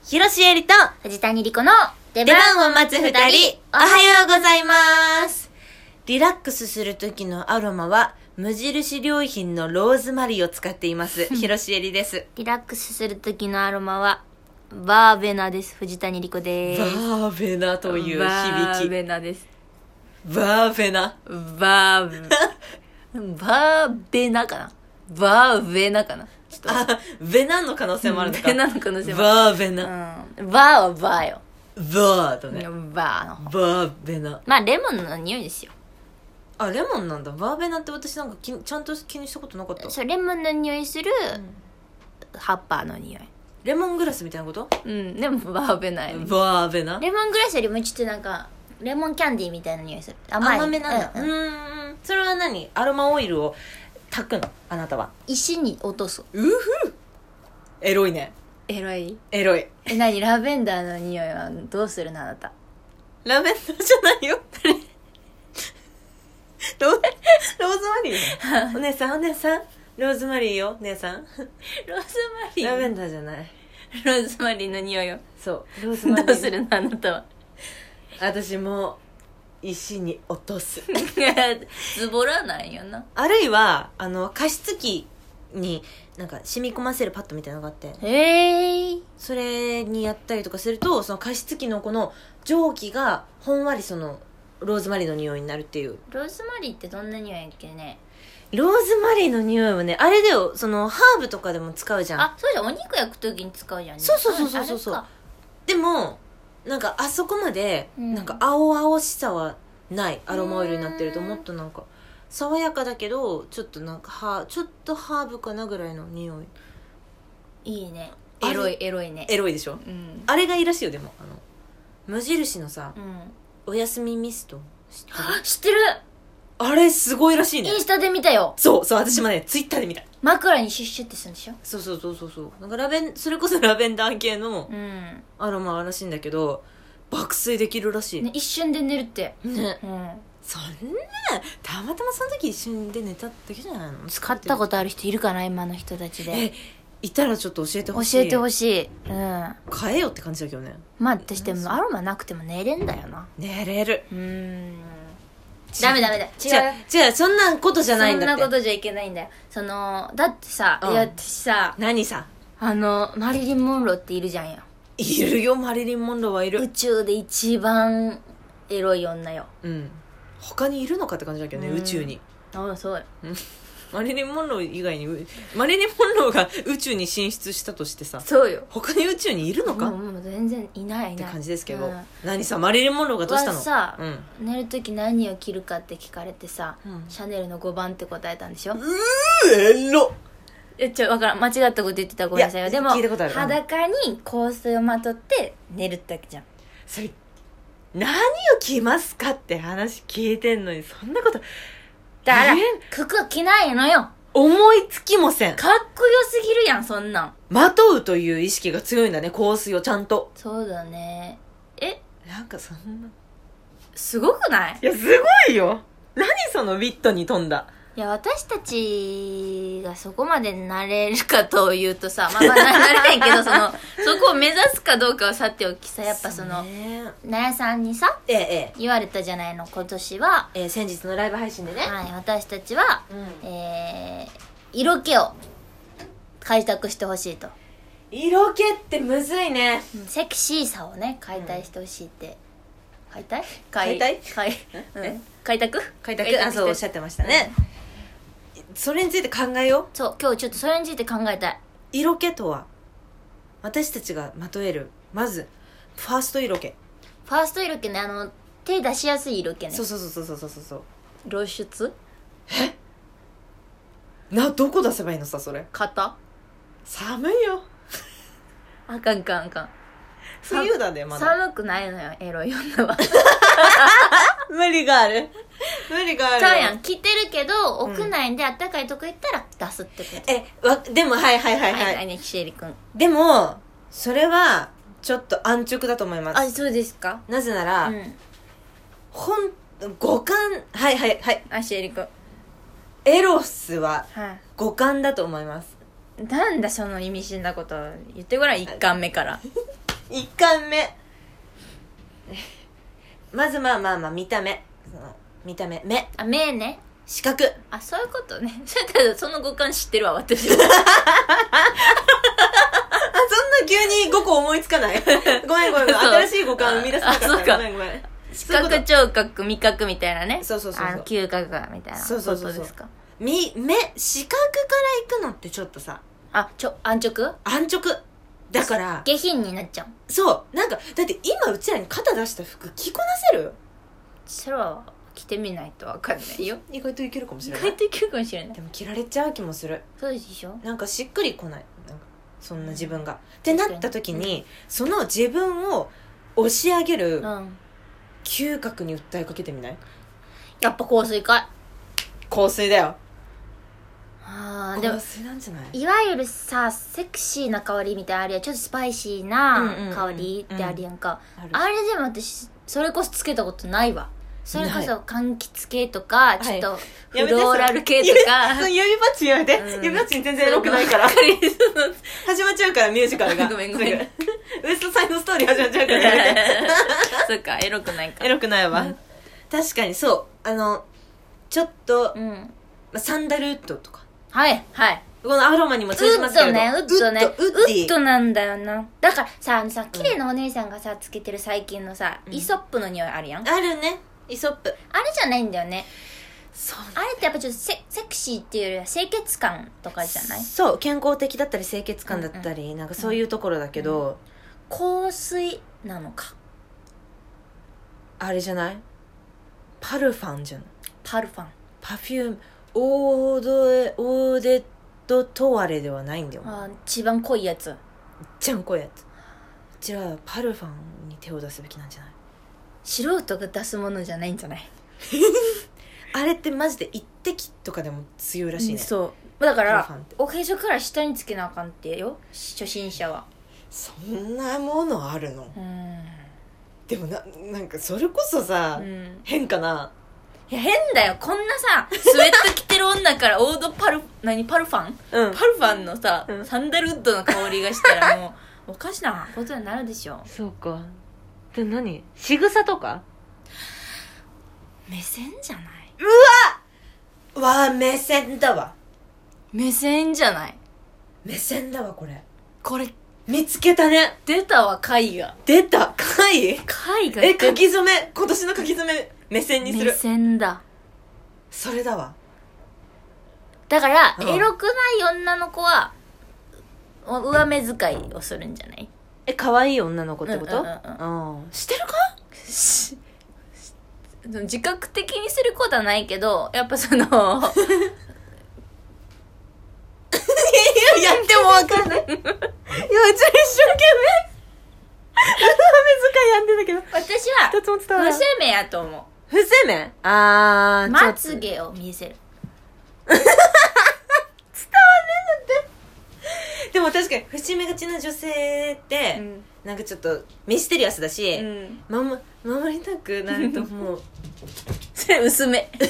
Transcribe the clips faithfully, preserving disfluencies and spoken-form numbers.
広瀬えりと藤谷莉子の出出番を待つ二人、おはようございます。リラックスする時のアロマは無印良品のローズマリーを使っています広瀬えりです。 リラックスする時のアロマはバーベナです。藤谷莉子です。 バーベナという響バーき。 ベナです。 バーベナバーバーベナかなバーベナかなちょっとあ、ベナの可能性もあるのか。 ベナの可能性もあバーベナ、 る。うん、バーはバーよ。 バーだね。 バーの方。 バーベナ。 まあレモンの匂いですよ。 あ、レモンなんだ。バーベナって私なんかきちゃんと気にしたことなかった。 そう、レモンの匂いする葉っぱの匂い。 レモングラスみたいなこと？ うんでもバーベナやね。 バーベナ。 レモングラスよりもちょっとなんかレモンキャンディーみたいな匂いする。甘い。 甘めなんだ。ううんうんーん。それは何？アロマオイルを炊くの？あなたは。 石に落とす。 うふ。エロいね。 エロい。 エロい。 え、なにラベンダーの匂いはどうするのあなた。 ラベンダーじゃないよ。ローローズマリーよ。お姉さんお姉さん。ローズマリーよ姉さん。 ローズマリー。 ラベンダーじゃない。 ローズマリーの匂いを。 そうローズマリー。 どうするのあなたは。 私も石に落とす。 ズボラなんよな。 あるいはあの加湿器になんか染み込ませるパッドみたいなのがあって、 へー。 それにやったりとかすると、その加湿器のこの蒸気がほんわりそのローズマリーの匂いになるっていう。 ローズマリーってどんな匂いやっけね。 ローズマリーの匂いはね、あれだよ、そのハーブとかでも使うじゃん。 あ、そうじゃん、お肉焼くときに使うじゃんね。 そうそうそうそうそうそう。 んあれかでもなんかあそこまで、 うんなんか青々しさはないアロマオイルになってると、もっとなんか爽やかだけどちょっとなんかはちょっとハーブかなぐらいの匂い。 いいね。 あれエロいエロいね。 エロいでしょ。 うんあれがいいらしいよ。でもあの無印のさ、 うんおやすみミスト知ってる？ 知ってる。 あれすごいらしいね。 インスタで見たよ。 そうそう、私もねツイッターで見た。 枕にシュッシュってするんでしょ。 そうそうそうそうそう。なんかラベンそれこそラベンダー系のうんアロマらしいんだけど、爆睡できるらしいね、一瞬で寝るって。 ね。 うんそんなたまたまその時一瞬で寝ただけじゃないの？ 使ったことある人いるかな今の人たちで。 えいたらちょっと教えてほしい。 教えてほしい。うん買えよって感じだけどね。 まあ私でもアロマなくても寝れんだよな。 寝れる。 うーんダメダメだ。違う違う違う、そんなことじゃないんだって。 そんなことじゃいけないんだよ。そのだってさ、 うんいや私さ、 何さ。 あのマリリン・モンローっているじゃんよ。 いるよ、マリリン・モンローはいる。 宇宙で一番エロい女よ。 うん。他にいるのかって感じだけどね、 うん宇宙に。 ああそうよ。 マリリン・モンロー以外に、マリリン・モンローが宇宙に進出したとしてさ、 そうよ。 他に宇宙にいるのか、 もうもう全然いないいってない感じですけど、 うん何さ、マリリン・モンローがどうしたの？ はさ、 うん。 寝るとき何を着るかって聞かれてさ、 うんシャネルのごばんって答えたんでしょ。 うーエロ。 えちょわからん、間違ったこと言ってたらごめんなさいよ。 いやでも聞いたことあるうん裸に香水をまとって寝るってわけじゃん。 それ、何を着ますかって話聞いてんのに、そんなことだからえ服は着ないのよ。 思いつきもせん。 かっこよすぎるやんそんなん。 まとうという意識が強いんだね、香水をちゃんと。 そうだね。えなんかそんな。 すごくない？ いや、すごいよ。何そのウィットに富んだ。 いや私たちがそこまでなれるかというとさ、まあまあななれへんけど、そのそこを目指すかどうかはさておきさ、やっぱそのうねなやさんにさええ、ええ。 言われたじゃないの、今年は、 えー先日のライブ配信でね。 はい、私たちは、 うんえー、色気を開拓してほしいと、 色気ってむずいね。 うんセクシーさをね開拓してほしいって、開拓開拓開うん開拓開拓、あ、そうおっしゃってましたね。それについて考えよう。 そう今日ちょっとそれについて考えたい。 色気とは、私たちがまとえる、まずファースト色気。 ファースト色気ね、あの手出しやすい色気ね。 そうそうそうそうそうそうそう。 露出な、どこ出せばいいのさ、それ。 肩寒いよ。 あかんかんあかん。 冬だね、まだ。 寒くないのよエロい女は。 無理がある。無理がある。 ちゃうやん、着てるけど屋内であったかいとこ行ったら出すってこと。 え、わ、でも、はいはいはいはいはい。 はいね、キシエリ君。 でも、それは、ちょっと安直だと思います。 あ、そうですか。 なぜなら、 うん。 ほん、五感、はいはいはい。 あ、シエリ君。 エロスはは五感だと思います。 い。なんだその意味深なこと言ってごらん、一巻目から。 いっかんめまずまあまあまあ見た目、その見た目、目、 あ、目ね。 視覚。 あ、そういうことね。それただその五感知ってるわ、私は。 あ、そんな急にごこ思いつかないごめんごめん、新しい五感生み出せなかった。 あそうかごめんごめん。 視覚、聴覚、味覚みたいなね。 そうそうそうそうあの、嗅覚みたいなそうそうそうそうことですか。 み、目、視覚から行くのってちょっとさ、 あ、ちょ、安直安直。だから、 下品になっちゃう。 そう。なんか、だって今うちらに肩出した服着こなせる？ それは着てみないとわかんないよ。 意外といけるかもし意れない。 外といけるかもしれない。 でも着られちゃう気もする。 そうでしょ。 なんかしっくりこない。なんかそんな自分が。ってなった時に、その自分を押し上げるうん。 嗅覚に訴えかけてみない？ やっぱ香水かい。 香水だよ。 あー、でも香、水なんじゃない？ いわゆるさ、セクシーな香りみたいなあるやん。ちょっとスパイシーな香りってあるやんか。 ある。 あれでも私、それこそつけたことないわ。それこそ柑橘系とか、ちょっとフローラル系とか。 その指パッチンやめて、 うん、 指パッチン全然エロくないから始まっちゃうからミュージカルがごめんごめんウエストサイドストーリー始まっちゃうからやめてそうか、エロくないか。 エロくないわ、うん、確かにそうあのちょっと、 うん、 まあ、サンダルウッドとかはいはいこのアロマにも通じますけどウッドね、ウッドね。 ウッド、ウッディウッドなんだよな。だからさ、あのさ、綺麗なお姉さんがさ、つけてる最近のさ、 うん、 イソップの匂いあるやん。 あるね、イソップ。 あれじゃないんだよね。 そうね。 あれってやっぱちょっと セ, セクシーっていうよりは清潔感とかじゃない？ そう、健康的だったり清潔感だったり、うんうん、なんかそういうところだけど、 うんうん、香水なのか。 あれじゃない？パルファンじゃん。 パルファン。 パフューム、オードエ、オーデッドトワレではないんだよ。 あ、一番濃いやつ。 一番濃いやつ。じゃあパルファンに手を出すべきなんじゃない？ 素人が出すものじゃないんじゃない？ あれってマジで一滴とかでも強いらしいね、うん、 そうだからおへそから下につけなあかんってよ、初心者は。 そんなものあるの？ うん、 でも な, なんかそれこそさ、うん、変かな。 いや変だよ、こんなさスウェット着てる女からオードパル何パルファン、うん、パルファンのさ、うん、サンダルウッドの香りがしたらもうおかしなことになるでしょ。 そうか。で何？仕草とか？ 目線じゃない？ うわわ目線だわ。 目線じゃない？ 目線だわ。これこれ見つけたね。 出たわ、貝が出た。貝貝がえ書き初め、今年の書き初め目線にする。 目線だ。 それだわ。 だから、うん、エロくない女の子は上目遣いをするんじゃない？ え可愛い女の子ってこと？うんうんうんうん、してるか？ 自覚的にすることはないけど、やっぱそのいややってもわかんないいやうち一生懸命上目遣いやってたけど、 私は一つも伝わらない。 伏せ目やと思う。 伏せ目？あーまつげを見せる伝わんねえんだってでも確かに伏し目がちな女性って、うん、なんかちょっとミステリアスだし、うん、守, 守りたくなると思うそれ薄め難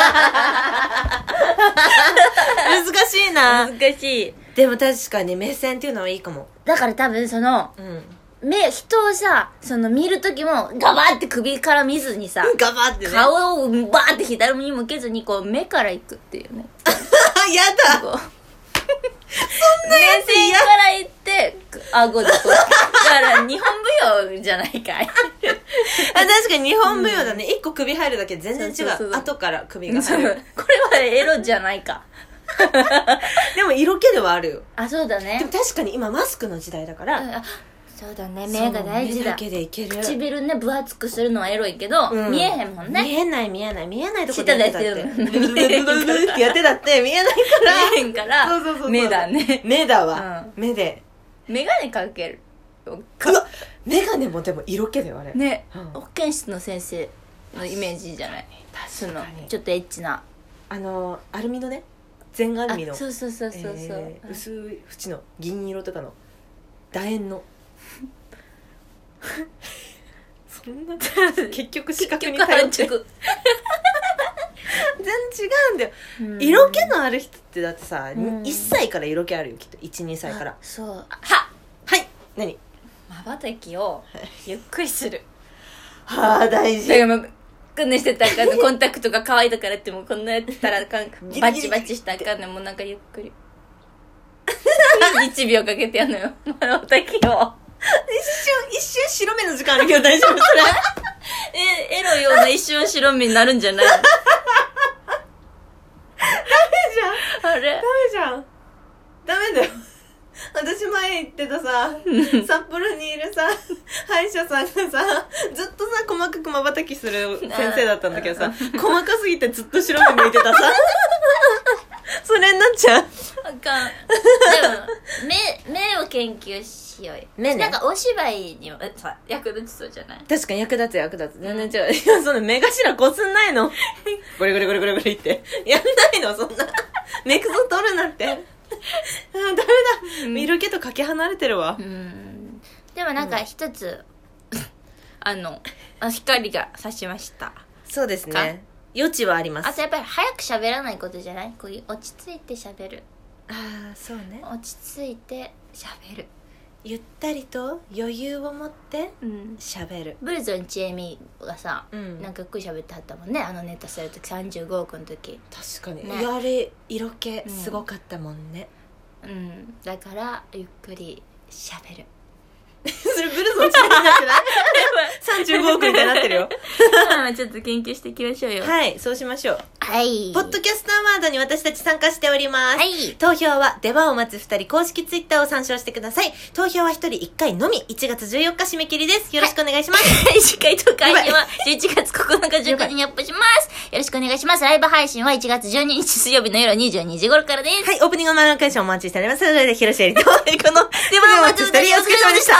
しいな。 難しい。 でも確かに目線っていうのはいいかも。 だから多分その、うん、目人をさその見るときもガバって首から見ずにさガバって、ね、 顔をバーって左に向けずにこう目から行くっていうねやだこうそんなやつ目線から行って顎でこうだから日本舞踊じゃないかいあ確かに日本舞踊だね、うん、一個首入るだけで全然違う。そうそうそう、後から首が入るこれはエロじゃないかでも色気ではあるよ。 あ、そうだね。 でも確かに今マスクの時代だから、うん、 そうだね、目が大事だ。 目だけでいける。 唇ね分厚くするのはエロいけど、うん、見えへんもんね。 見えない見えない見えないとこでやってたってやってたって見えないから見えへんからそうそうそうそう、 目だね。 目だわ、うん、目でメガネかける。 うわメガネもでも色気だよあれね、うん、保健室の先生のイメージじゃない。 確かにちょっとエッチなあのアルミのね、全アルミのそうそうそうそうそう、 えー、薄い縁の銀色とかの楕円のそんな結局視覚に頼って全然違うんだよ、うん、色気のある人ってだってさ、うん、いっさいから色気あるよきっと いち,に 歳から。 そう。ははい何瞬きをゆっくりする。 はあ、大事。 だからもうこんなしてたらあかんの。コンタクトが乾いたからってもこんなやってたらあかん。バチバチしたらあかんの。もうなんかゆっくりいちびょうかけてやんのよ、瞬きを。 一瞬一瞬白目の時間あるけど大丈夫？それえエロいような一瞬白目になるんじゃない？ダメじゃん。 あれダメじゃん。ダメだよ。私前言ってたさ、札幌にいるさ歯医者さんがさ、ずっとさ細かくまばたきする先生だったんだけどさ、細かすぎてずっと白目向いてたさそれになっちゃう。 あかん。でも目目を研究しようよ。 目ね。 なんかお芝居にもさ役立ちそうじゃない？ 確かに役立つ役立つ。全然違う。いや、その目頭こすんないの。ゴリゴリゴリゴリゴリってやんないの、そんな。目くそ取るなって。あ、ダメだ、うん、色気とかけ離れてるわ。 うん。でもなんか一つ、うん、あの光が差しました。 そうですね、余地はあります。 あとやっぱり早く喋らないことじゃない？こういう落ち着いて喋る。 ああ、そうね。 落ち着いて喋る。 ゆったりと余裕を持って喋る、 うん、ブルゾンちえみがさ、うん、なんかゆっくり喋ってはったもんね、あのネタするときさんじゅうごおくの時。 確かに、ね、あれ色気すごかったもんね。 うん、うん、だからゆっくり喋るそれブルゾンちえみになってないさんじゅうごおくみたいになってるよちょっと研究していきましょうよ。 はい、そうしましょう。 はい。 ポッドキャストアワードに私たち参加しております。 はい。 投票は出番を待つふたり公式ツイッターを参照してください。投票はひとりいっかいのみ。いちがつじゅうよっか締め切りです。よろしくお願いします。 はい、次回と会見はじゅういちがつここのかじゅうくにちにアップします。よろしくお願いします。ライブ配信はいちがつじゅうににち水曜日の夜にじゅうにじ頃からです。 はい、オープニングマナークエスチョンお待ちしております。それでは広瀬えりとこの出番を待つふたりお疲れ様でした。